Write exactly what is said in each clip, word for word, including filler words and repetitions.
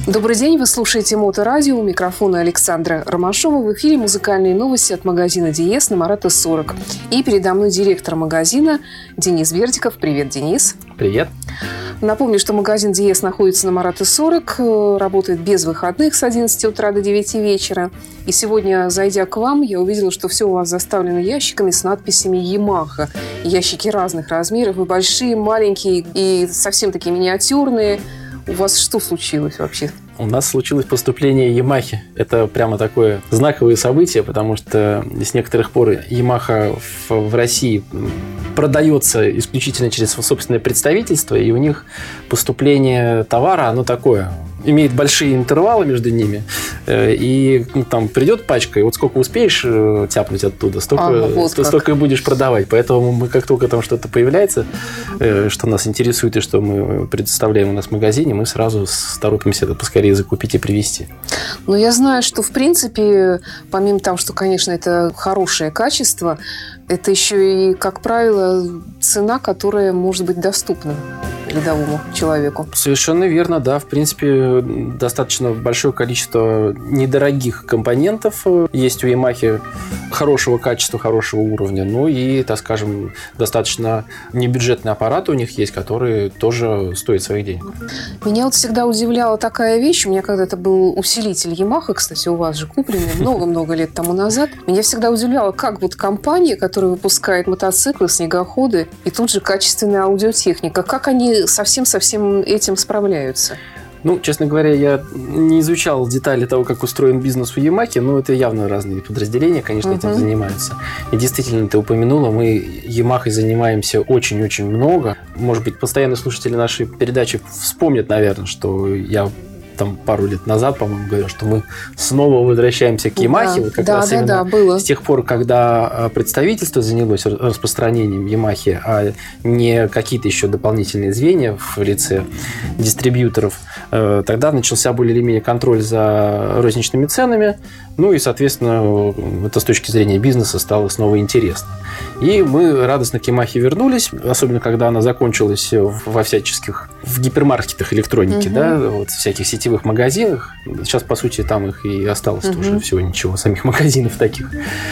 Добрый день, вы слушаете Моторадио, у микрофона Александра Ромашова. В эфире музыкальные новости от магазина Диез на Марата сорок. И передо мной директор магазина Денис Бердиков. Привет, Денис. Привет. Напомню, что магазин Диез находится на Марата сорок, работает без выходных с одиннадцати утра до девяти вечера. И сегодня, зайдя к вам, я увидела, что все у вас заставлено ящиками с надписями «Ямаха». Ящики разных размеров, и большие, маленькие, и совсем такие миниатюрные. У вас что случилось вообще? У нас случилось поступление Ямахи. Это прямо такое знаковое событие, потому что с некоторых пор Ямаха в, в России продается исключительно через собственное представительство, и у них поступление товара, оно такое, имеет большие интервалы между ними, и ну, там придет пачка, и вот сколько успеешь тяпнуть оттуда, столько, а, вот столько и будешь продавать. Поэтому мы, как только там что-то появляется, что нас интересует и что мы предоставляем у нас в магазине, мы сразу торопимся это поскорее закупить и привезти. Но я знаю, что в принципе, помимо того, что, конечно, это хорошее качество, это еще и, как правило, цена, которая может быть доступна рядовому человеку. Совершенно верно, да. В принципе, достаточно большое количество недорогих компонентов есть у Ямахи хорошего качества, хорошего уровня. Ну и, так скажем, достаточно небюджетный аппарат у них есть, который тоже стоит своих денег. Меня вот всегда удивляла такая вещь. У меня когда-то был усилитель Ямаха, кстати, у вас же купленный много-много лет тому назад. Меня всегда удивляло, как вот компания, которая выпускает мотоциклы, снегоходы и тут же качественная аудиотехника, как они совсем-совсем этим справляются? Ну, честно говоря, я не изучал детали того, как устроен бизнес у Ямахи, но это явно разные подразделения, конечно, uh-huh. этим занимаются. И действительно, ты упомянула, мы Ямахой занимаемся очень-очень много. Может быть, постоянные слушатели нашей передачи вспомнят, наверное, что я там пару лет назад, по-моему, говорил, что мы снова возвращаемся к Ямахе. Да, вот как да, раз да, именно да, было. С тех пор, когда представительство занялось распространением Ямахи, а не какие-то еще дополнительные звенья в лице дистрибьюторов, тогда начался более или менее контроль за розничными ценами. Ну и, соответственно, это с точки зрения бизнеса стало снова интересно. И мы радостно к Ямахе вернулись, особенно когда она закончилась во всяческих, в гипермаркетах электроники, угу. да, вот в всяких сетевых магазинах. Сейчас, по сути, там их и осталось угу. тоже всего ничего, самих магазинов таких.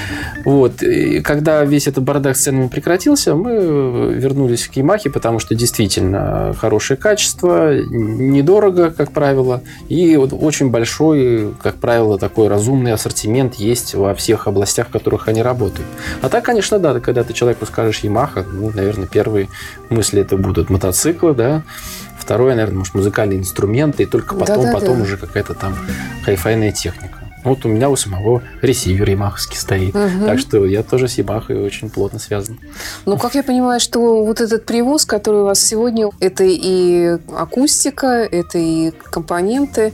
Вот. И когда весь этот бардак с ценами прекратился, мы вернулись к Ямахе, потому что действительно хорошее качество, недорого, как правило, и вот очень большой, как правило, такой разумный ассортимент есть во всех областях, в которых они работают. А так, конечно, да, когда ты человеку скажешь Ямаха, ну, наверное, первые мысли это будут мотоциклы, да, второе, наверное, может, музыкальные инструменты, и только потом, да, да, потом да. уже какая-то там хай-файная техника. Вот у меня у самого ресивер ямаховский стоит, угу. так что я тоже с Ямахой очень плотно связан. Ну, как я понимаю, что вот этот привоз, который у вас сегодня, это и акустика, это и компоненты,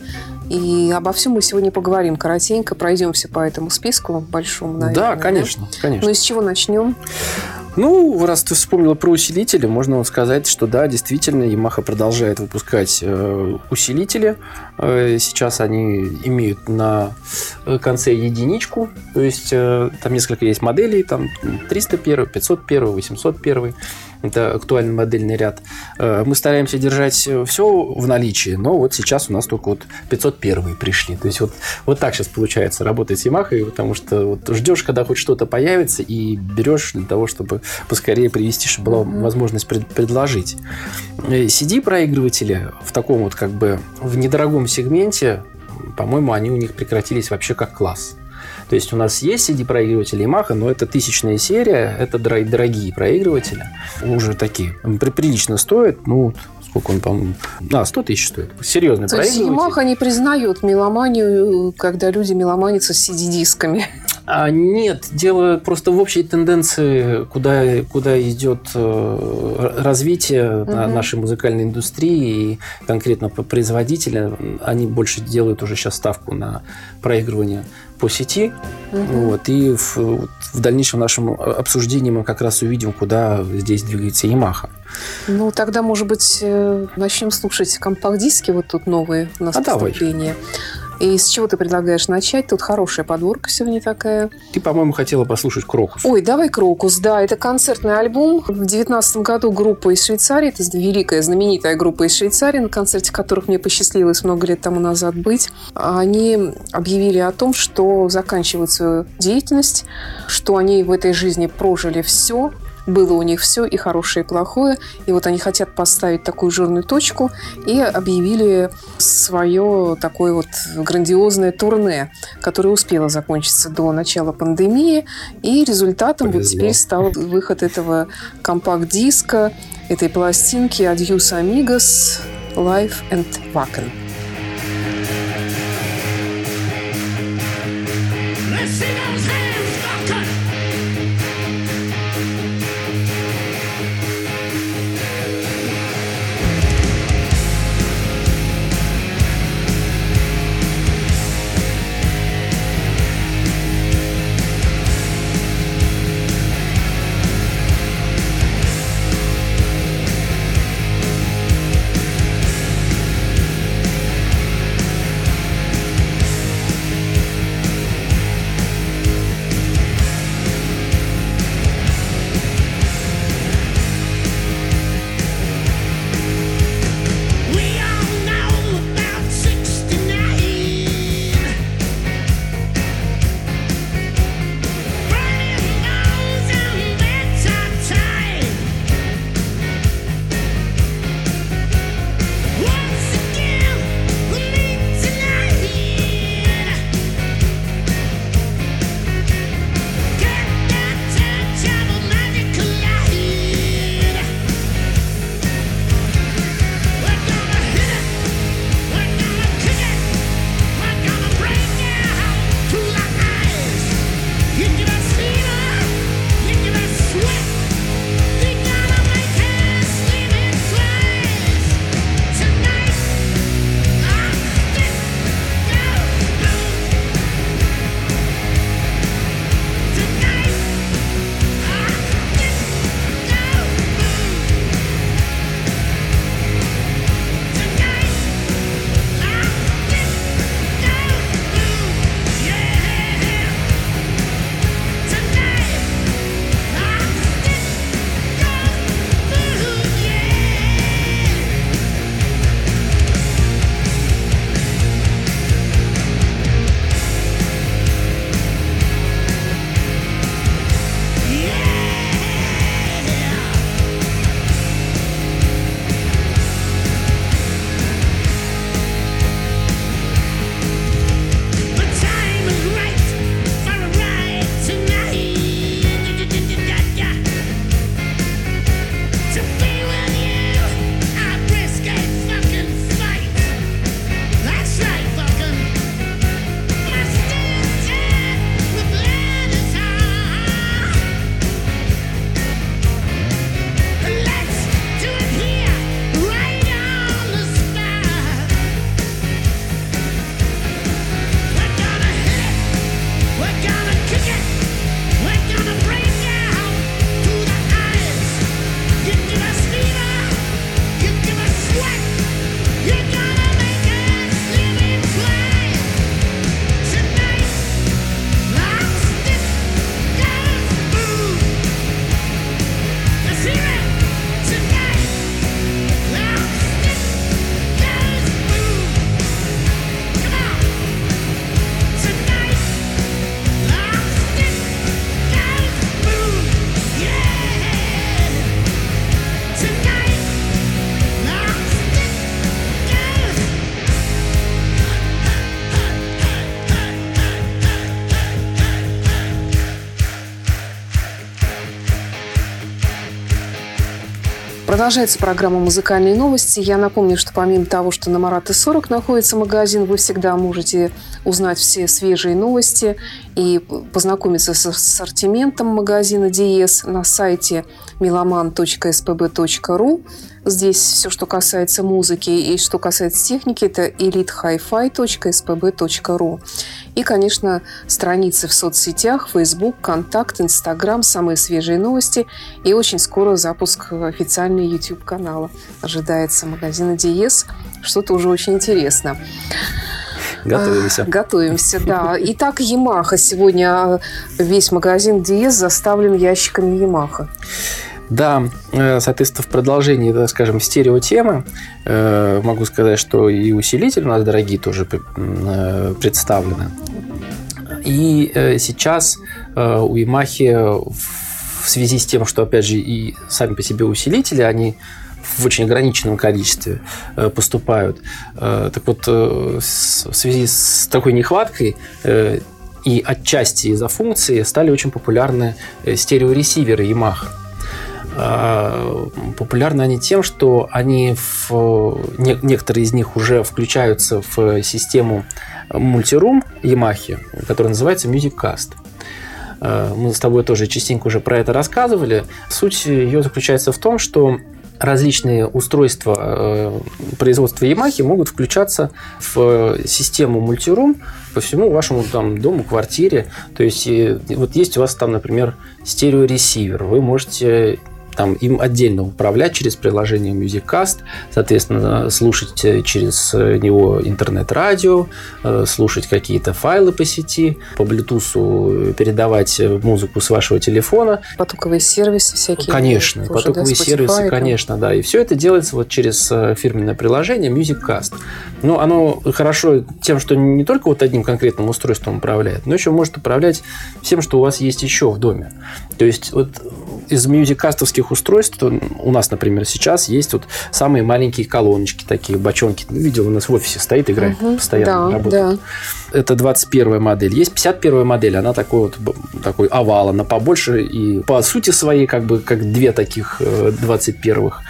и обо всем мы сегодня поговорим коротенько, пройдемся по этому списку большому, наверное. Да, конечно, да? конечно. Ну, и с чего начнем? Ну, раз ты вспомнила про усилители, можно сказать, что да, действительно, Yamaha продолжает выпускать э, усилители. Э, сейчас они имеют на конце единичку, то есть э, там несколько есть моделей, там триста один, пятьсот один, восемьсот один. Это актуальный модельный ряд. Мы стараемся держать все в наличии, но вот сейчас у нас только вот пятьсот один пришли. То есть вот, вот так сейчас получается работать с Ямахой, потому что вот ждешь, когда хоть что-то появится, и берешь для того, чтобы поскорее привезти, чтобы была mm-hmm. возможность пред- предложить. си ди-проигрыватели в таком вот как бы в недорогом сегменте, по-моему, они у них прекратились вообще как класс. То есть у нас есть си ди-проигрыватели Yamaha, но это тысячная серия, это дорогие проигрыватели, уже такие, прилично стоят, ну, сколько он, по-моему, а, сто тысяч стоит, серьезный То проигрыватель. То есть Yamaha не признает меломанию, когда люди меломанятся с си ди-дисками? А нет, дело просто в общей тенденции, куда, куда идет развитие угу. нашей музыкальной индустрии, и конкретно по производителям, они больше делают уже сейчас ставку на проигрывание по сети. Угу. Вот, и в, в дальнейшем нашем обсуждении мы как раз увидим, куда здесь двигается Yamaha. Ну, тогда, может быть, начнем слушать компакт-диски, вот тут новые у нас а поступления. давай. И с чего ты предлагаешь начать? Тут хорошая подборка сегодня такая. Ты, по-моему, хотела послушать Крокус. Ой, давай Крокус, да. Это концертный альбом. В девятнадцатом году группа из Швейцарии, это великая, знаменитая группа из Швейцарии, на концерте которых мне посчастливилось много лет тому назад быть, они объявили о том, что заканчивают свою деятельность, что они в этой жизни прожили все, было у них все, и хорошее, и плохое. И вот они хотят поставить такую жирную точку и объявили свое такое вот грандиозное турне, которое успело закончиться до начала пандемии. И результатом вот теперь стал выход этого компакт-диска, этой пластинки «Adios Amigos, Live and Wacken». Продолжается программа «Музыкальные новости». Я напомню, что помимо того, что на Марата сорок находится магазин, вы всегда можете узнать все свежие новости и познакомиться с ассортиментом магазина «Диез» на сайте меломан точка эс пэ бэ точка ру. Здесь все, что касается музыки и что касается техники, это элит хай фай точка эс пэ бэ точка ру. И, конечно, страницы в соцсетях, Facebook, Контакт, Инстаграм, самые свежие новости. И очень скоро запуск официального YouTube-канала ожидается магазина «Диез». Что-то уже очень интересно. Готовимся. Готовимся, да. Итак, Yamaha. Сегодня весь магазин Диез заставлен ящиками Yamaha. Да, соответственно, в продолжении, так скажем, стереотемы могу сказать, что и усилители у нас дорогие тоже представлены. И сейчас у Yamaha в связи с тем, что, опять же, и сами по себе усилители, они в очень ограниченном количестве поступают. Так вот, в связи с такой нехваткой и отчасти из-за функции стали очень популярны стереоресиверы Yamaha. Популярны они тем, что они в, не, некоторые из них уже включаются в систему мультирум Yamaha, которая называется MusicCast. Мы с тобой тоже частенько уже про это рассказывали. Суть ее заключается в том, что различные устройства производства Yamaha могут включаться в систему мультирум по всему вашему там, дому, квартире. То есть вот есть у вас там, например, стереоресивер. Вы можете там, им отдельно управлять через приложение MusicCast, соответственно, слушать через него интернет-радио, слушать какие-то файлы по сети, по Bluetooth передавать музыку с вашего телефона. Потоковые сервисы всякие. Конечно, тоже, потоковые да, сервисы, конечно, да. И все это делается вот через фирменное приложение MusicCast. Но оно хорошо тем, что не только вот одним конкретным устройством управляет, но еще может управлять всем, что у вас есть еще в доме. То есть вот из MusicCast-овских устройств у нас, например, сейчас есть вот самые маленькие колоночки, такие бочонки. Видел, у нас в офисе стоит, играет, угу, постоянно да, работает. Да. Это двадцать первая модель. Есть пятьдесят первая модель, она такой вот такой овал, она побольше и по сути своей как бы как две таких двадцать первых.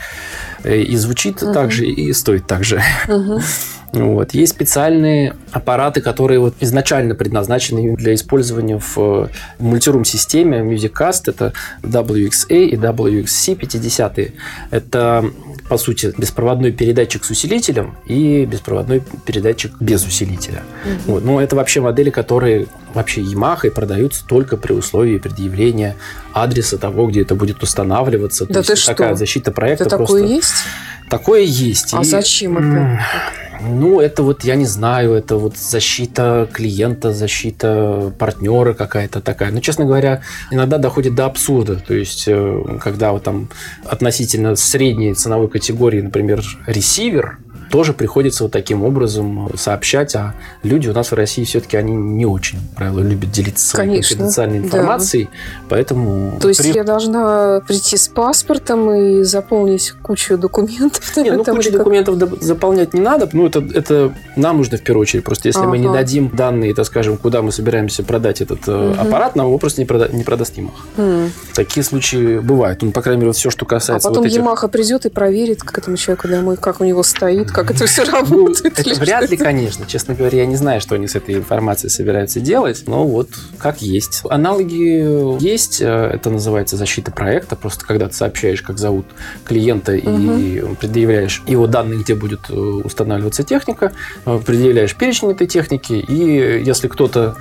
И звучит угу. так же, и стоит так же. Угу. Вот. Есть специальные аппараты, которые вот изначально предназначены для использования в мультирум-системе MusicCast. Это дабл ю икс эй и дабл ю икс си пятьдесят. Это, по сути, беспроводной передатчик с усилителем и беспроводной передатчик без усилителя. Угу. Вот. Но это вообще модели, которые вообще Yamaha и продаются только при условии предъявления адреса того, где это будет устанавливаться. Да. То есть ты такая что? защита проекта. Это просто... такое есть? Такое есть. А и... зачем это? Ну, это вот, я не знаю, это вот защита клиента, защита партнера какая-то такая. Но, честно говоря, иногда доходит до абсурда. То есть, когда вот там относительно средней ценовой категории, например, ресивер, тоже приходится вот таким образом сообщать, а люди у нас в России все-таки они не очень, как правило, любят делиться своей Конечно, конфиденциальной информацией, да. Поэтому... То есть при... я должна прийти с паспортом и заполнить кучу документов? Не, ну кучу документов как... заполнять не надо, ну это, это нам нужно в первую очередь, просто если ага. мы не дадим данные, так скажем, куда мы собираемся продать этот угу. аппарат, нам его просто не, прода... не продаст Yamaha. Угу. Такие случаи бывают, ну, по крайней мере, вот все, что касается... А потом вот этих... Yamaha придет и проверит, как этому человеку домой, как у него стоит, как это все работает. Ну, это вряд ли, конечно. Честно говоря, я не знаю, что они с этой информацией собираются делать, но вот как есть. Аналоги есть. Это называется защита проекта. Просто когда ты сообщаешь, как зовут клиента, угу. и предъявляешь его данные, где будет устанавливаться техника, предъявляешь перечень этой техники, и если кто-то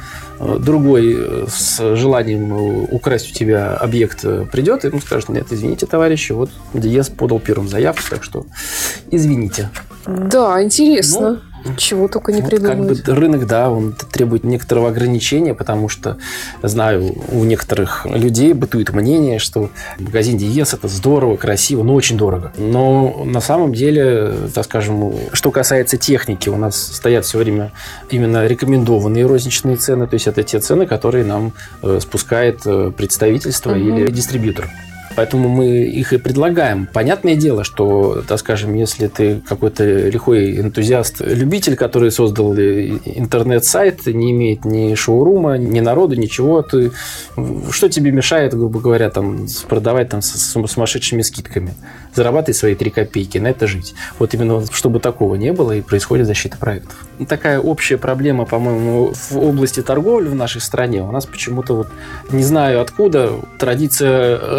другой с желанием украсть у тебя объект придет, ему скажет: нет, извините, товарищи, вот Диез подал первым заявку, так что извините. Да, интересно. Ну, чего только не вот придумают. Как бы рынок, да, он требует некоторого ограничения, потому что, знаю, у некоторых людей бытует мнение, что магазин Диез – это здорово, красиво, но очень дорого. Но на самом деле, так скажем, что касается техники, у нас стоят все время именно рекомендованные розничные цены, то есть это те цены, которые нам спускает представительство угу. или дистрибьютор. Поэтому мы их и предлагаем. Понятное дело, что, так скажем, если ты какой-то лихой энтузиаст, любитель, который создал интернет-сайт, не имеет ни шоурума, ни народу, ничего, ты, что тебе мешает, грубо говоря, там, продавать там, с сумасшедшими скидками? Зарабатывай свои три копейки, на это жить. Вот именно чтобы такого не было, и происходит защита проектов. И такая общая проблема, по-моему, в области торговли в нашей стране. У нас почему-то, вот, не знаю откуда, традиция рынка пошла.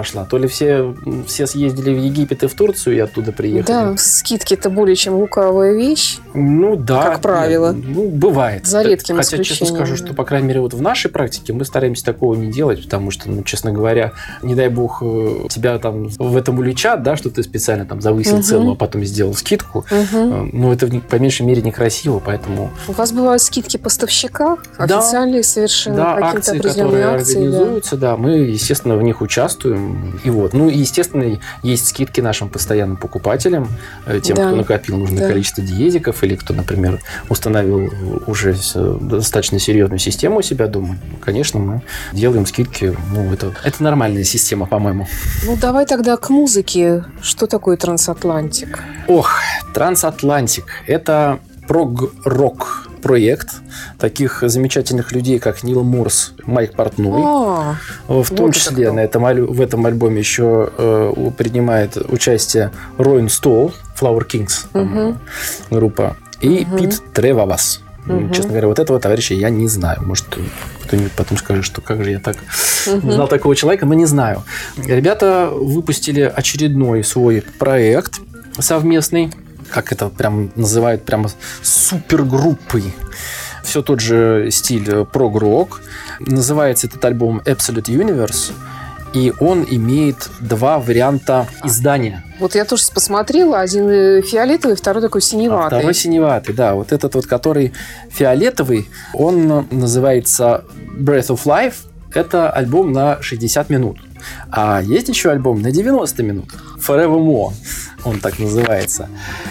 пошла, то ли все, все съездили в Египет и в Турцию и оттуда приехали. Да, скидки-то более чем лукавая вещь. Ну да. Как правило. Ну, бывает. За редким Хотя, честно скажу, что, по крайней мере, вот в нашей практике мы стараемся такого не делать, потому что, ну, честно говоря, не дай бог, тебя там в этом уличат, да, что ты специально там завысил угу. цену, а потом сделал скидку. Угу. Ну, это, по меньшей мере, некрасиво, поэтому... У вас бывают скидки поставщика? Да. Официальные совершенно? Да, какие-то акции, определенные которые акции, организуются, да. да, мы, естественно, в них участвуем. И вот. Ну, и, естественно, есть скидки нашим постоянным покупателям, тем, да. кто накопил нужное да. количество диезиков, или кто, например, установил уже достаточно серьезную систему у себя дома. Конечно, мы делаем скидки. Ну, это, это нормальная система, по-моему. Ну, давай тогда к музыке. Что такое трансатлантик? Ох, трансатлантик. Это прог-рок проект таких замечательных людей, как Нил Морс, Майк Портной. А, в том вот числе на этом, в этом альбоме еще э, принимает участие Роин Стоул, Flower Kings, угу. группа, и угу. Пит Тревавас. Угу. Честно говоря, вот этого товарища я не знаю. Может, кто-нибудь потом скажет, что как же я так угу. не знал такого человека, но не знаю. Ребята выпустили очередной свой проект совместный, как это прям называют, прямо супергруппой. Все тот же стиль прог-рок. Называется этот альбом Absolute Universe. И он имеет два варианта издания. Вот я тоже посмотрела. Один фиолетовый, второй такой синеватый. А второй синеватый, да. Вот этот вот, который фиолетовый, он называется Breath of Life. Это альбом на шестьдесят минут. А есть еще альбом на девяносто минут. Forevermore. Он так называется.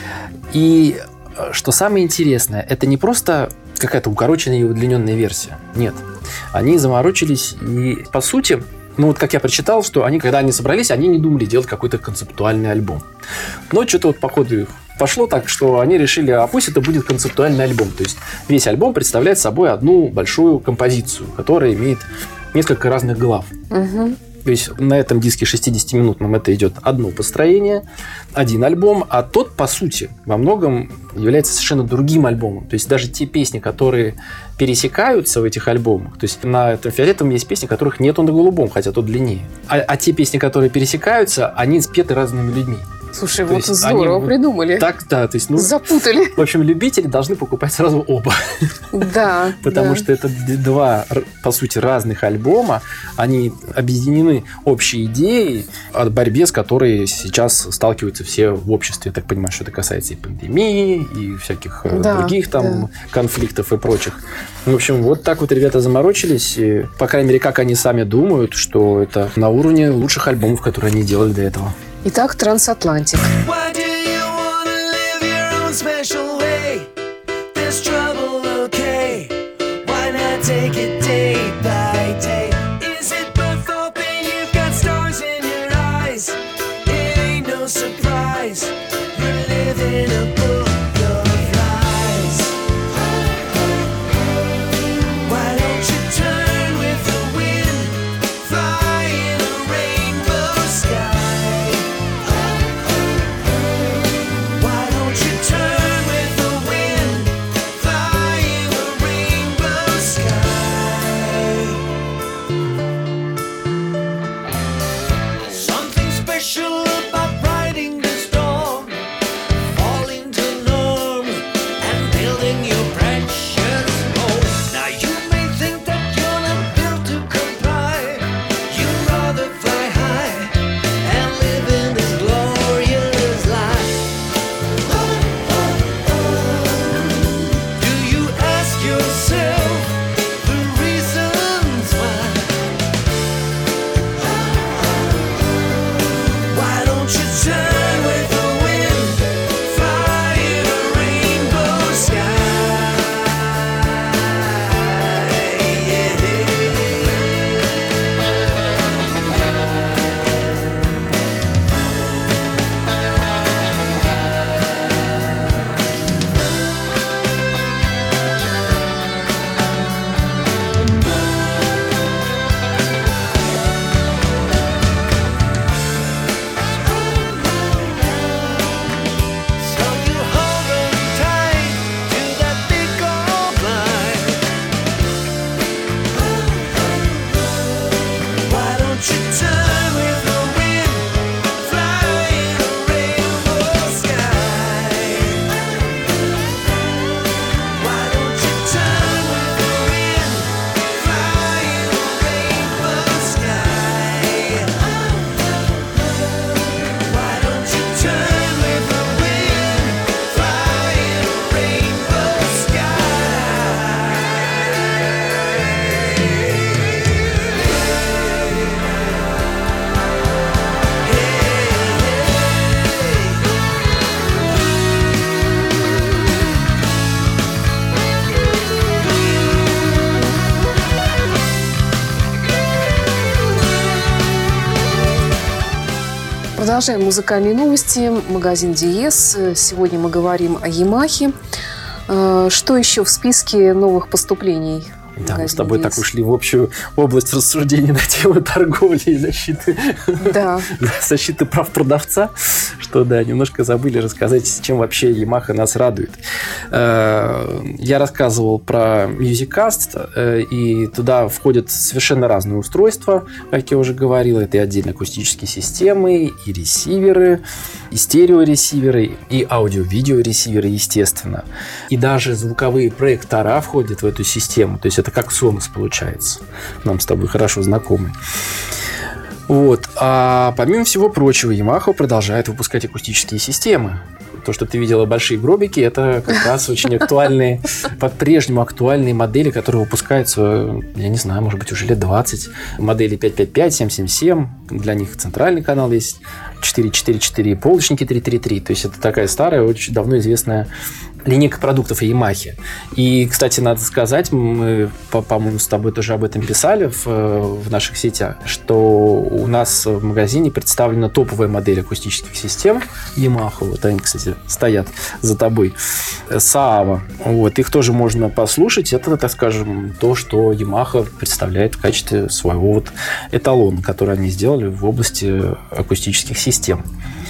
И что самое интересное, это не просто какая-то укороченная и удлиненная версия. Нет. Они заморочились и, по сути, ну вот как я прочитал, что они, когда они собрались, они не думали делать какой-то концептуальный альбом. Но что-то вот по ходу пошло так, что они решили, а пусть это будет концептуальный альбом. То есть весь альбом представляет собой одну большую композицию, которая имеет несколько разных глав. Угу. То есть на этом диске шестидесятиминутном это идет одно построение, один альбом, а тот, по сути, во многом является совершенно другим альбомом. То есть даже те песни, которые пересекаются в этих альбомах, то есть на этом фиолетовом есть песни, которых нету на голубом, хотя тот длиннее. А, а те песни, которые пересекаются, они спеты разными людьми. Слушай, то вот здорово они придумали. Так, да. То есть, ну, запутали. В общем, любители должны покупать сразу оба. Да. Потому да. что это два, по сути, разных альбома. Они объединены общей идеей о борьбе, с которой сейчас сталкиваются все в обществе. Я так понимаю, что это касается и пандемии, и всяких да, других там да. конфликтов и прочих. В общем, вот так вот ребята заморочились. И, по крайней мере, как они сами думают, что это на уровне лучших альбомов, которые они делали до этого. Итак, трансатлантик. Продолжаем музыкальные новости. Магазин Диез. Сегодня мы говорим о Ямахе. Что еще в списке новых поступлений? Да, мы с тобой так ушли в общую область рассуждений на тему торговли и защиты, да. защиты прав продавца, что, да, немножко забыли рассказать, чем вообще Yamaha нас радует. Я рассказывал про MusicCast, и туда входят совершенно разные устройства, как я уже говорил. Это и отдельные акустические системы, и ресиверы, и стереоресиверы, и аудио-видео-ресиверы, естественно. И даже звуковые проектора входят в эту систему. То есть это как Sonos получается. Нам с тобой хорошо знакомы. Вот. А помимо всего прочего, Yamaha продолжает выпускать акустические системы. То, что ты видела большие гробики, это как раз очень актуальные, по-прежнему актуальные модели, которые выпускаются, я не знаю, может быть, уже лет двадцать. Модели пять пять пять, семь семь семь, для них центральный канал есть, четыре четыре четыре и полочники три три три. То есть это такая старая, очень давно известная линейка продуктов Yamaha. И, кстати, надо сказать, мы, по-моему, с тобой тоже об этом писали в, в наших сетях, что у нас в магазине представлена топовая модель акустических систем Yamaha. Вот они, кстати, стоят за тобой. Саава. Вот. Их тоже можно послушать. Это, так скажем, то, что Yamaha представляет в качестве своего вот эталона, который они сделали в области акустических систем.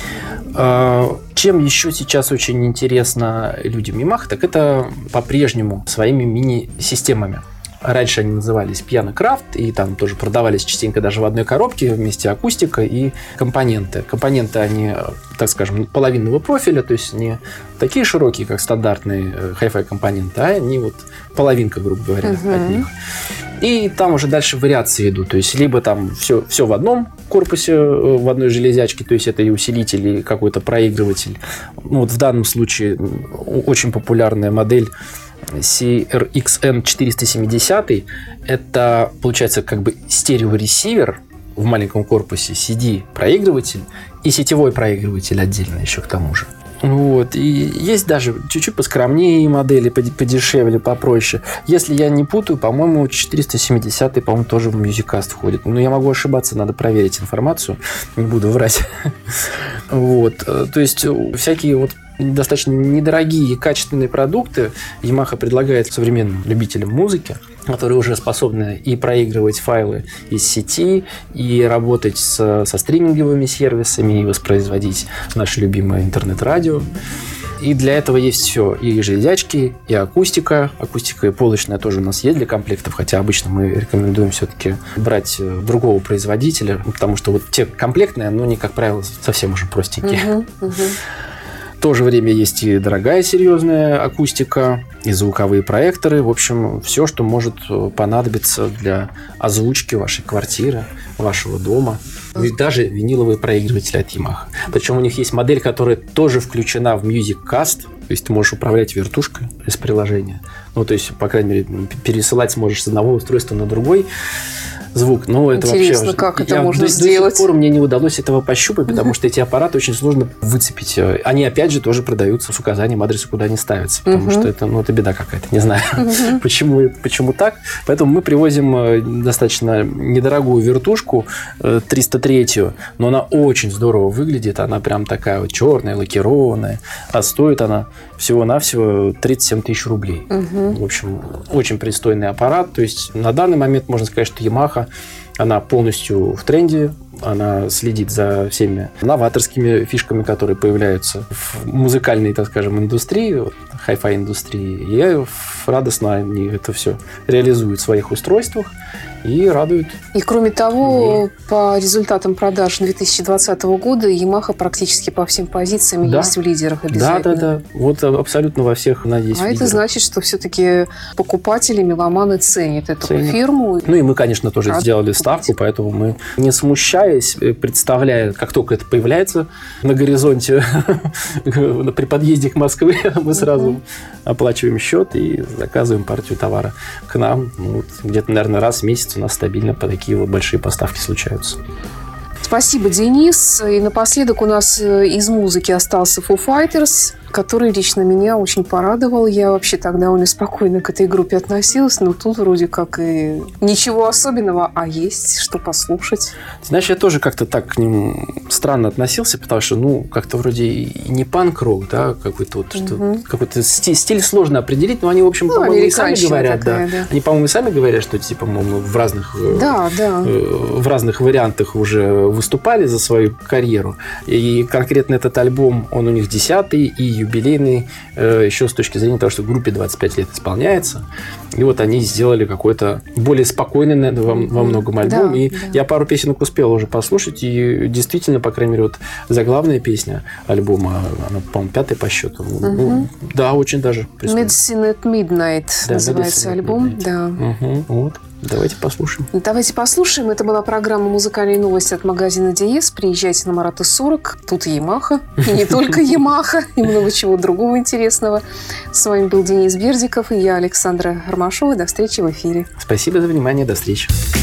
Чем еще сейчас очень интересно людям Yamaha, так это по-прежнему своими мини-системами. Раньше они назывались Piano Craft, и там тоже продавались частенько даже в одной коробке вместе акустика и компоненты. Компоненты, они, так скажем, половинного профиля, то есть не такие широкие, как стандартные хай-фай компоненты, а они вот половинка, грубо говоря, uh-huh. от них. И там уже дальше вариации идут, то есть либо там все, все в одном корпусе, в одной железячке, то есть это и усилитель, и какой-то проигрыватель. Ну, вот в данном случае очень популярная модель си эр икс эн четыреста семьдесят. Это, получается, как бы стереоресивер в маленьком корпусе, си ди-проигрыватель и сетевой проигрыватель отдельно еще к тому же. Вот. И есть даже чуть-чуть поскромнее модели, подешевле, попроще. Если я не путаю, по-моему, четыреста семьдесят, по-моему, тоже в MusicCast входит. Но я могу ошибаться, надо проверить информацию. Не буду врать. Вот. То есть всякие вот достаточно недорогие и качественные продукты Yamaha предлагает современным любителям музыки, которые уже способны и проигрывать файлы из сети, и работать с, со стриминговыми сервисами, и воспроизводить наше любимое интернет-радио. И для этого есть все. И железячки, и акустика. Акустика и полочная тоже у нас есть для комплектов, хотя обычно мы рекомендуем все-таки брать другого производителя, потому что вот те комплектные, но они, как правило, совсем уже простенькие. Uh-huh, uh-huh. В то же время есть и дорогая серьезная акустика, и звуковые проекторы. В общем, все, что может понадобиться для озвучки вашей квартиры, вашего дома. И даже виниловые проигрыватели от Yamaha. Причем у них есть модель, которая тоже включена в MusicCast. То есть ты можешь управлять вертушкой из приложения. Ну, то есть, по крайней мере, пересылать сможешь с одного устройства на другой звук. Но это интересно, вообще, как это я, можно до, сделать. До сих пор мне не удалось этого пощупать, потому что эти аппараты очень сложно выцепить. Они, опять же, тоже продаются с указанием адреса, куда они ставятся. Потому uh-huh. что это, ну, это беда какая-то. Не знаю, uh-huh. почему, почему так. Поэтому мы привозим достаточно недорогую вертушку, триста три, но она очень здорово выглядит. Она прям такая вот черная, лакированная. А стоит она всего-навсего тридцать семь тысяч рублей. Uh-huh. В общем, очень пристойный аппарат. То есть на данный момент можно сказать, что Yamaha, она полностью в тренде, она следит за всеми новаторскими фишками, которые появляются в музыкальной, так скажем, индустрии, хай-фай индустрии. И радостно они это все реализуют в своих устройствах и радуют. И кроме того, и... по результатам продаж две тысячи двадцатого года Yamaha практически по всем позициям да. есть в лидерах обязательно. Да, да, да. Вот абсолютно во всех она есть. А это значит, что все-таки покупатели, меломаны ценят эту ценят. фирму. Ну и мы, конечно, тоже а сделали ставку, поэтому мы, не смущаясь, представляя, как только это появляется на горизонте при подъезде к Москве, мы сразу оплачиваем счет и заказываем партию товара к нам. Вот, где-то, наверное, раз в месяц у нас стабильно по такие вот большие поставки случаются. Спасибо, Денис. И напоследок у нас из музыки остался Foo Fighters, который лично меня очень порадовал. Я вообще так довольно спокойно к этой группе относилась, но тут вроде как и ничего особенного, а есть что послушать. Знаешь, я тоже как-то так к ним странно относился, потому что, ну, как-то вроде и не панк-рок, да, какой-то вот, что, угу. какой-то стиль, стиль сложно определить, но они, в общем, ну, по-моему, и сами говорят, такая, да. да. Они, по-моему, и сами говорят, что, типа, по-моему, в разных, да, да. в разных вариантах уже выступали за свою карьеру. И конкретно этот альбом, он у них десятый и юбилейный, еще с точки зрения того, что группе двадцать пять лет исполняется. И вот они сделали какой-то более спокойный наверное, во, во многом альбом. Да, и да. я пару песенок успел уже послушать. И действительно, по крайней мере, вот заглавная песня альбома, она, по-моему, пятая по счету. Угу. Ну, да, очень даже. Medicine at Midnight да, называется Medicine альбом. Midnight. Да. Угу, вот. Давайте послушаем. Давайте послушаем. Это была программа «Музыкальные новости» от магазина Диез. Приезжайте на Марата сорок. Тут Ямаха. И не только Ямаха. И много чего другого интересного. С вами был Денис Бердиков и я, Александра Ромашова. До встречи в эфире. Спасибо за внимание. До встречи.